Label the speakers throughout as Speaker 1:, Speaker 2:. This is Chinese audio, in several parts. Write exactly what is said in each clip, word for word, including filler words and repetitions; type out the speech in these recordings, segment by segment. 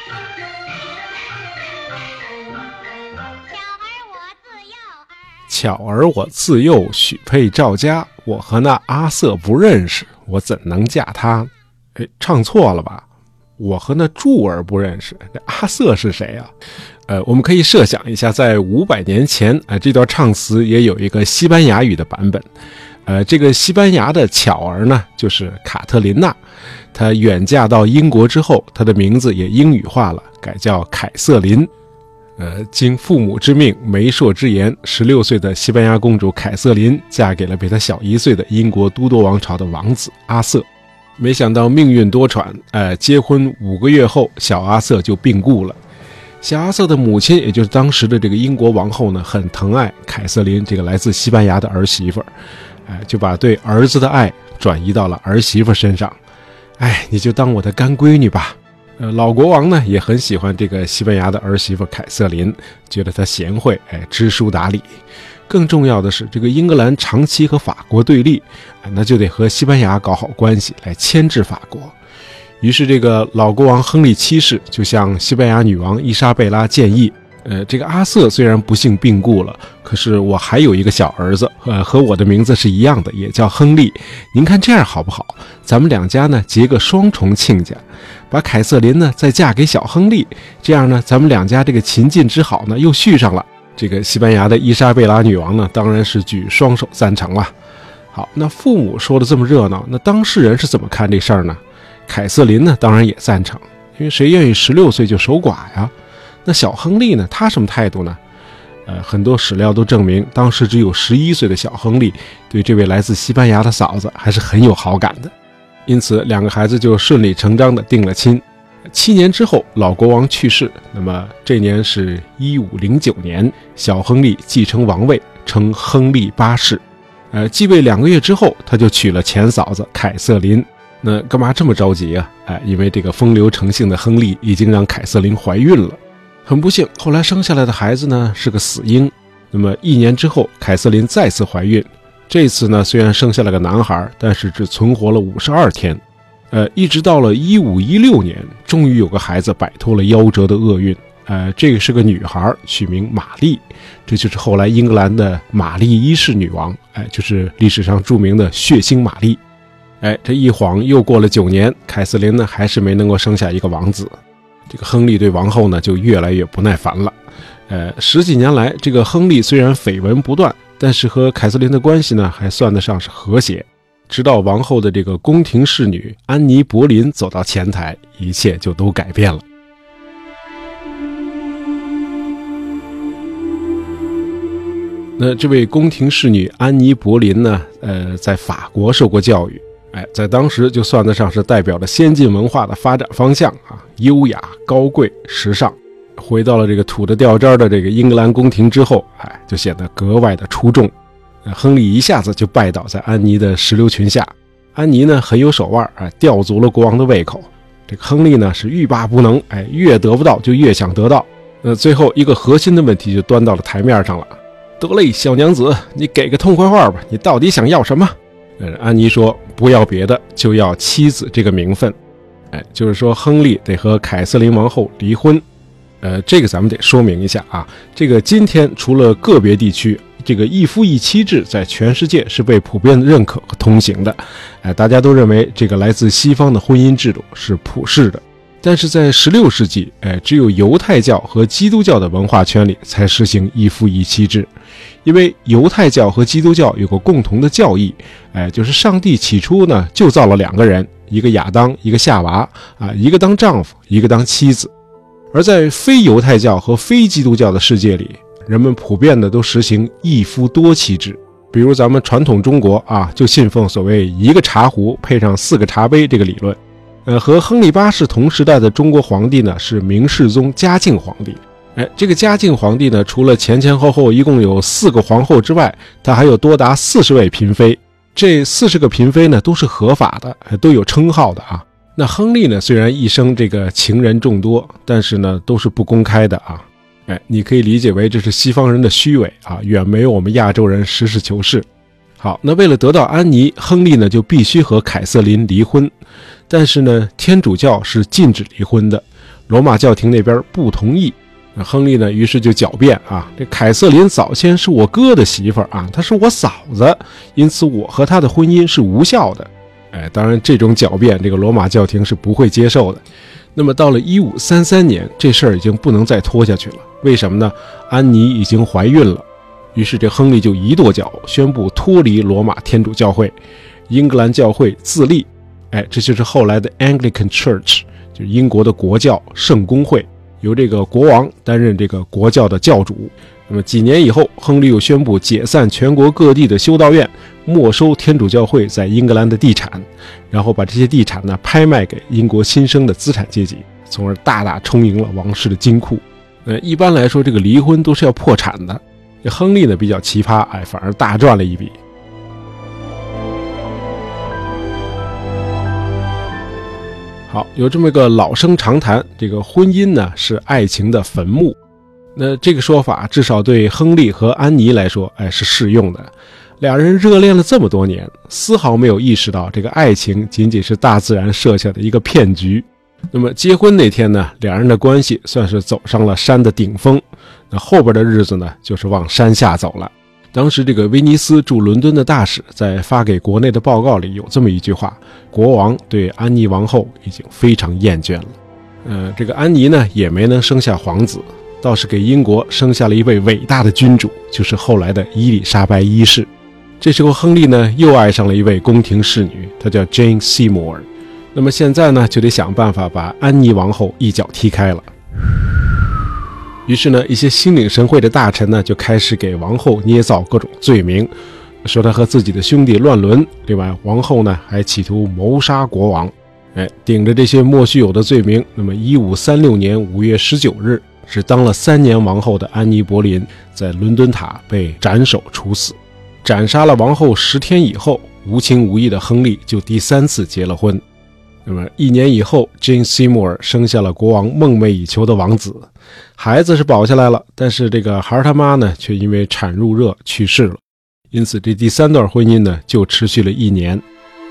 Speaker 1: 巧儿我自幼许配赵家，我和那阿瑟不认识，我怎能嫁他？哎，唱错了吧？我和那柱儿不认识，这阿瑟是谁啊？呃，我们可以设想一下，在五百年前，啊、呃，这段唱词也有一个西班牙语的版本。呃，这个西班牙的巧儿呢，就是卡特琳娜。她远嫁到英国之后，她的名字也英语化了，改叫凯瑟琳。呃，经父母之命、媒妁之言，十六岁的西班牙公主凯瑟琳嫁给了比她小一岁的英国都铎王朝的王子阿瑟。没想到命运多舛，呃，结婚五个月后，小阿瑟就病故了。小阿瑟的母亲，也就是当时的这个英国王后呢，很疼爱凯瑟琳这个来自西班牙的儿媳妇儿，哎，就把对儿子的爱转移到了儿媳妇身上。哎，你就当我的干闺女吧。呃，老国王呢也很喜欢这个西班牙的儿媳妇凯瑟琳，觉得她贤惠，哎，知书达理。更重要的是，这个英格兰长期和法国对立，哎，那就得和西班牙搞好关系，来牵制法国。于是，这个老国王亨利七世就向西班牙女王伊莎贝拉建议，呃，这个阿瑟虽然不幸病故了，可是我还有一个小儿子，呃，和我的名字是一样的，也叫亨利。您看这样好不好？咱们两家呢结个双重亲家，把凯瑟琳呢再嫁给小亨利，这样呢咱们两家这个秦晋之好呢又续上了。这个西班牙的伊莎贝拉女王呢，当然是举双手赞成了。好，那父母说的这么热闹，那当事人是怎么看这事儿呢？凯瑟琳呢，当然也赞成，因为谁愿意十六岁就守寡呀？那小亨利呢，他什么态度呢？呃，很多史料都证明，当时只有十一岁的小亨利对这位来自西班牙的嫂子还是很有好感的，因此两个孩子就顺理成章地定了亲。七年之后，老国王去世，那么这年是一五零九年，小亨利继承王位，称亨利八世。呃，继位两个月之后，他就娶了前嫂子凯瑟琳。那干嘛这么着急啊？哎，因为这个风流成性的亨利已经让凯瑟琳怀孕了。很不幸，后来生下来的孩子呢是个死婴。那么一年之后，凯瑟琳再次怀孕，这次呢虽然生下了个男孩，但是只存活了五十二天。呃，一直到了一五一六年，终于有个孩子摆脱了夭折的厄运。呃，这个是个女孩，取名玛丽，这就是后来英格兰的玛丽一世女王，哎，就是历史上著名的血腥玛丽。哎，这一晃又过了九年，凯瑟琳呢还是没能够生下一个王子。这个亨利对王后呢就越来越不耐烦了。呃，十几年来，这个亨利虽然绯闻不断，但是和凯瑟琳的关系呢还算得上是和谐。直到王后的这个宫廷侍女安妮·柏林走到前台，一切就都改变了。那这位宫廷侍女安妮·柏林呢，呃，在法国受过教育，哎，在当时就算得上是代表了先进文化的发展方向啊，优雅、高贵、时尚。回到了这个土得掉渣的这个英格兰宫廷之后，哎，就显得格外的出众。亨利一下子就拜倒在安妮的石榴裙下。安妮呢很有手腕，哎，吊足了国王的胃口。这个亨利呢是欲罢不能，哎，越得不到就越想得到。那最后一个核心的问题就端到了台面上了。得嘞，小娘子，你给个痛快话吧，你到底想要什么？呃，安妮说不要别的，就要妻子这个名分。哎，就是说亨利得和凯瑟琳王后离婚。呃，这个咱们得说明一下啊，这个今天除了个别地区，这个一夫一妻制在全世界是被普遍认可和通行的。哎，大家都认为这个来自西方的婚姻制度是普世的。但是在十六世纪，哎，只有犹太教和基督教的文化圈里才实行一夫一妻制。因为犹太教和基督教有个共同的教义，哎，就是上帝起初呢就造了两个人，一个亚当，一个夏娃，啊，一个当丈夫，一个当妻子。而在非犹太教和非基督教的世界里，人们普遍的都实行一夫多妻制。比如咱们传统中国啊，就信奉所谓一个茶壶配上四个茶杯这个理论。呃，和亨利八世同时代的中国皇帝呢是明世宗嘉靖皇帝。哎，这个嘉靖皇帝呢，除了前前后后一共有四个皇后之外，他还有多达四十位嫔妃。这四十个嫔妃呢都是合法的，都有称号的啊。那亨利呢，虽然一生这个情人众多，但是呢都是不公开的啊。哎，你可以理解为这是西方人的虚伪啊，远没有我们亚洲人实事求是。好，那为了得到安妮，亨利呢就必须和凯瑟琳离婚。但是呢，天主教是禁止离婚的， 罗马教廷那边不同意。那亨利呢，于是就狡辩啊，这凯瑟琳早先是我哥的媳妇儿啊，她是我嫂子，因此我和她的婚姻是无效的。哎，当然这种狡辩，这个罗马教廷是不会接受的。那么到了一五三三年，这事儿已经不能再拖下去了。为什么呢？安妮已经怀孕了。于是这亨利就一跺脚，宣布脱离罗马天主教会，英格兰教会自立。哎，这就是后来的 Anglican Church， 就是英国的国教圣公会，由这个国王担任这个国教的教主。那么几年以后，亨利又宣布解散全国各地的修道院，没收天主教会在英格兰的地产，然后把这些地产呢拍卖给英国新生的资产阶级，从而大大充盈了王室的金库。呃，一般来说，这个离婚都是要破产的。这亨利呢比较奇葩，哎，反而大赚了一笔。好，有这么一个老生常谈，这个婚姻呢是爱情的坟墓。那这个说法至少对亨利和安妮来说，哎，是适用的。俩人热恋了这么多年，丝毫没有意识到这个爱情仅仅是大自然设下的一个骗局。那么结婚那天呢，两人的关系算是走上了山的顶峰。那后边的日子呢，就是往山下走了。当时这个威尼斯驻伦敦的大使在发给国内的报告里有这么一句话：国王对安妮王后已经非常厌倦了。呃，这个安妮呢也没能生下皇子，倒是给英国生下了一位伟大的君主，就是后来的伊丽莎白一世。这时候亨利呢又爱上了一位宫廷侍女，她叫 Jane Seymour。那么现在呢就得想办法把安妮王后一脚踢开了。于是呢，一些心领神会的大臣呢就开始给王后捏造各种罪名，说她和自己的兄弟乱伦，另外王后呢还企图谋杀国王。哎，顶着这些莫须有的罪名，那么一五三六年五月十九日，是当了三年王后的安妮·博林在伦敦塔被斩首处死。斩杀了王后十天以后，无情无义的亨利就第三次结了婚。那么一年以后 Jane Seymour 生下了国王梦寐以求的王子，孩子是保下来了，但是这个孩他妈呢却因为产褥热去世了。因此这第三段婚姻呢就持续了一年。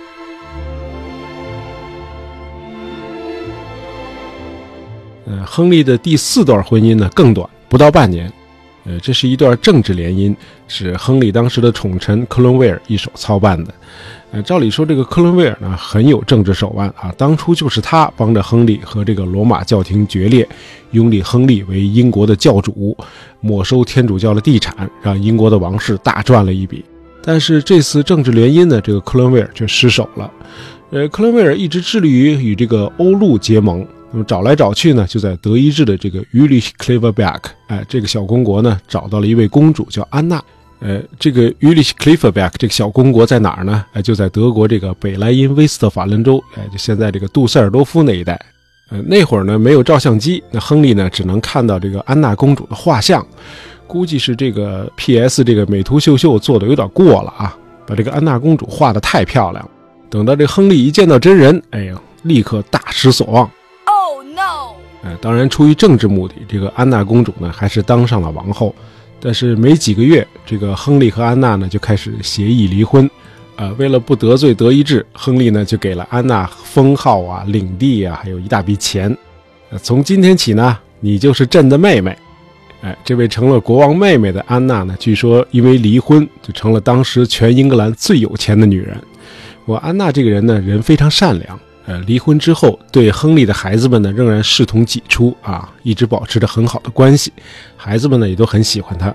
Speaker 1: 呃，亨利的第四段婚姻呢更短，不到半年。呃，这是一段政治联姻，是亨利当时的宠臣克伦威尔一手操办的。呃，照理说这个克伦威尔呢很有政治手腕啊，当初就是他帮着亨利和这个罗马教廷决裂，拥立亨利为英国的教主，没收天主教的地产，让英国的王室大赚了一笔。但是这次政治联姻呢，这个克伦威尔却失手了。呃，克伦威尔一直致力于与这个欧陆结盟。那么找来找去呢，就在德意志的这个 Jülich-Kleve-Berg， 哎，这个小公国呢找到了一位公主叫安娜。呃，这个 Jülich-Kleve-Berg 这个小公国在哪儿呢？哎，就在德国这个北莱茵威斯特法兰州，哎，就现在这个杜塞尔多夫那一带。呃，那会儿呢没有照相机，那亨利呢只能看到这个安娜公主的画像，估计是这个 P S 这个美图秀秀做的有点过了啊，把这个安娜公主画得太漂亮。等到这亨利一见到真人，哎呀，立刻大失所望。呃，当然出于政治目的，这个安娜公主呢还是当上了王后。但是没几个月，这个亨利和安娜呢就开始协议离婚。呃，为了不得罪德意志，亨利呢就给了安娜封号啊、领地啊，还有一大笔钱。呃，从今天起呢，你就是朕的妹妹。哎，这位成了国王妹妹的安娜呢，据说因为离婚就成了当时全英格兰最有钱的女人。我安娜这个人呢，人非常善良。呃，离婚之后，对亨利的孩子们呢，仍然视同己出啊，一直保持着很好的关系，孩子们呢也都很喜欢他。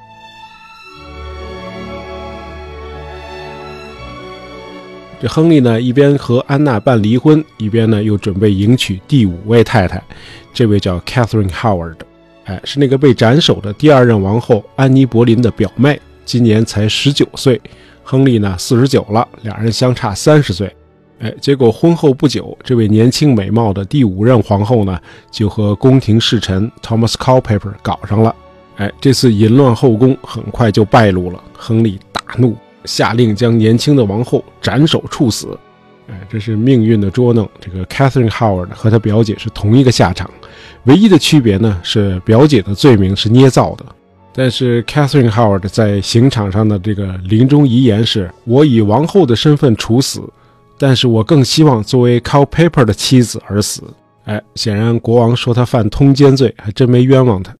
Speaker 1: 这亨利呢，一边和安娜办离婚，一边呢又准备迎娶第五位太太，这位叫 Catherine Howard， 哎，是那个被斩首的第二任王后安妮·博林的表妹，今年才十九岁，亨利呢四十九了，两人相差三十岁。哎，结果婚后不久，这位年轻美貌的第五任皇后呢，就和宫廷侍臣 Thomas Culpeper 搞上了。哎，这次淫乱后宫很快就败露了。亨利大怒，下令将年轻的王后斩首处死。哎，这是命运的捉弄。这个 Catherine Howard 和她表姐是同一个下场，唯一的区别呢是表姐的罪名是捏造的。但是 Catherine Howard 在刑场上的这个临终遗言是：我以王后的身份处死。但是我更希望作为 Culpeper 的妻子而死。 哎，显然国王说他犯通奸罪，还真没冤枉他。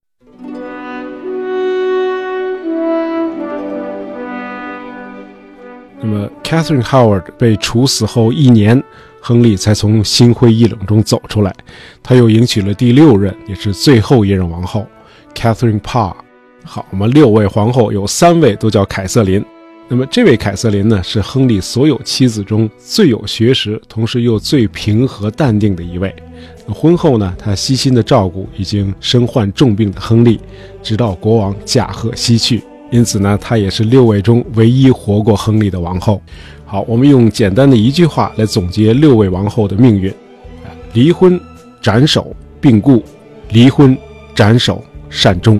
Speaker 1: 那么 Catherine Howard 被处死后一年，亨利才从心灰意冷中走出来，他又迎娶了第六任也是最后一任王后 Catherine Parr。 好，我们六位皇后有三位都叫凯瑟琳。那么这位凯瑟琳呢，是亨利所有妻子中最有学识，同时又最平和淡定的一位。婚后呢，她悉心的照顾已经身患重病的亨利，直到国王驾鹤西去。因此呢，她也是六位中唯一活过亨利的王后。好，我们用简单的一句话来总结六位王后的命运：离婚、斩首、病故；离婚、斩首、善终。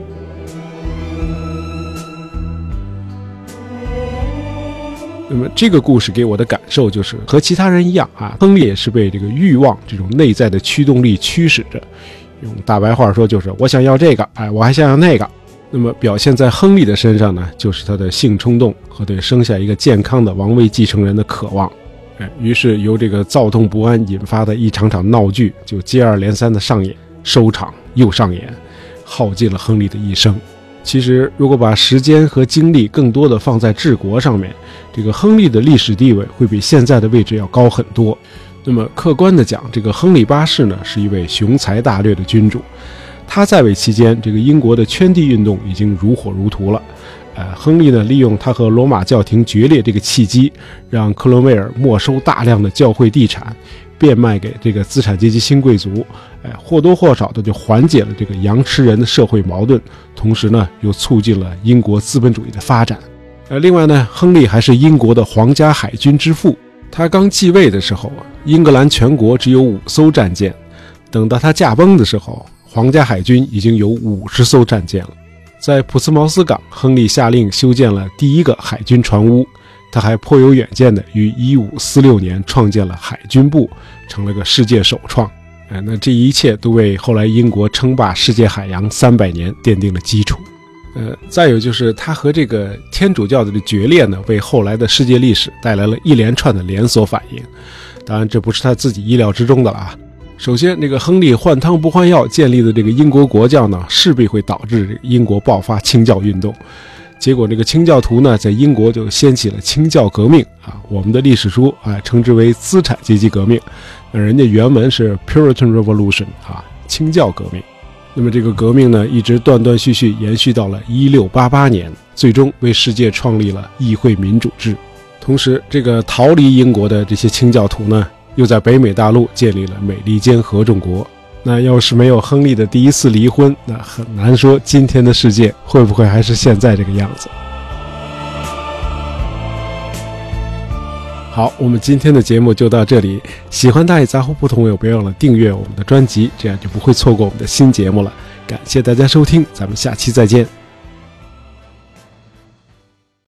Speaker 1: 那么这个故事给我的感受就是，和其他人一样啊，亨利也是被这个欲望这种内在的驱动力驱使着。用大白话说，就是我想要这个，哎，我还想要那个。那么表现在亨利的身上呢，就是他的性冲动和对生下一个健康的王位继承人的渴望。哎，于是由这个躁动不安引发的一场场闹剧就接二连三的上演，收场又上演，耗尽了亨利的一生。其实如果把时间和精力更多的放在治国上面，这个亨利的历史地位会比现在的位置要高很多。那么客观的讲，这个亨利八世呢，是一位雄才大略的君主。他在位期间，这个英国的圈地运动已经如火如荼了。呃，亨利呢，利用他和罗马教廷决裂这个契机，让克伦威尔没收大量的教会地产，变卖给这个资产阶级新贵族，哎，或多或少的就缓解了这个羊吃人的社会矛盾，同时呢，又促进了英国资本主义的发展。呃，另外呢，亨利还是英国的皇家海军之父。他刚继位的时候啊，英格兰全国只有五艘战舰，等到他驾崩的时候，皇家海军已经有五十艘战舰了。在普斯茅斯港，亨利下令修建了第一个海军船坞。他还颇有远见的于一五四六年创建了海军部，成了个世界首创。哎，那这一切都为后来英国称霸世界海洋三百年奠定了基础。呃，再有就是他和这个天主教的决裂呢，为后来的世界历史带来了一连串的连锁反应。当然，这不是他自己意料之中的了啊。首先，这个亨利换汤不换药建立的这个英国国教呢，势必会导致这个英国爆发清教运动。结果这个清教徒呢，在英国就掀起了清教革命啊，我们的历史书啊称之为资产阶级革命，那人家原文是 Puritan Revolution 啊，清教革命。那么这个革命呢，一直断断续续延续到了一六八八年，最终为世界创立了议会民主制。同时，这个逃离英国的这些清教徒呢，又在北美大陆建立了美利坚合众国。那要是没有亨利的第一次离婚，那很难说今天的世界会不会还是现在这个样子。好，我们今天的节目就到这里。喜欢大爷杂货铺的朋友，别忘了订阅我们的专辑，这样就不会错过我们的新节目了。感谢大家收听，咱们下期再见。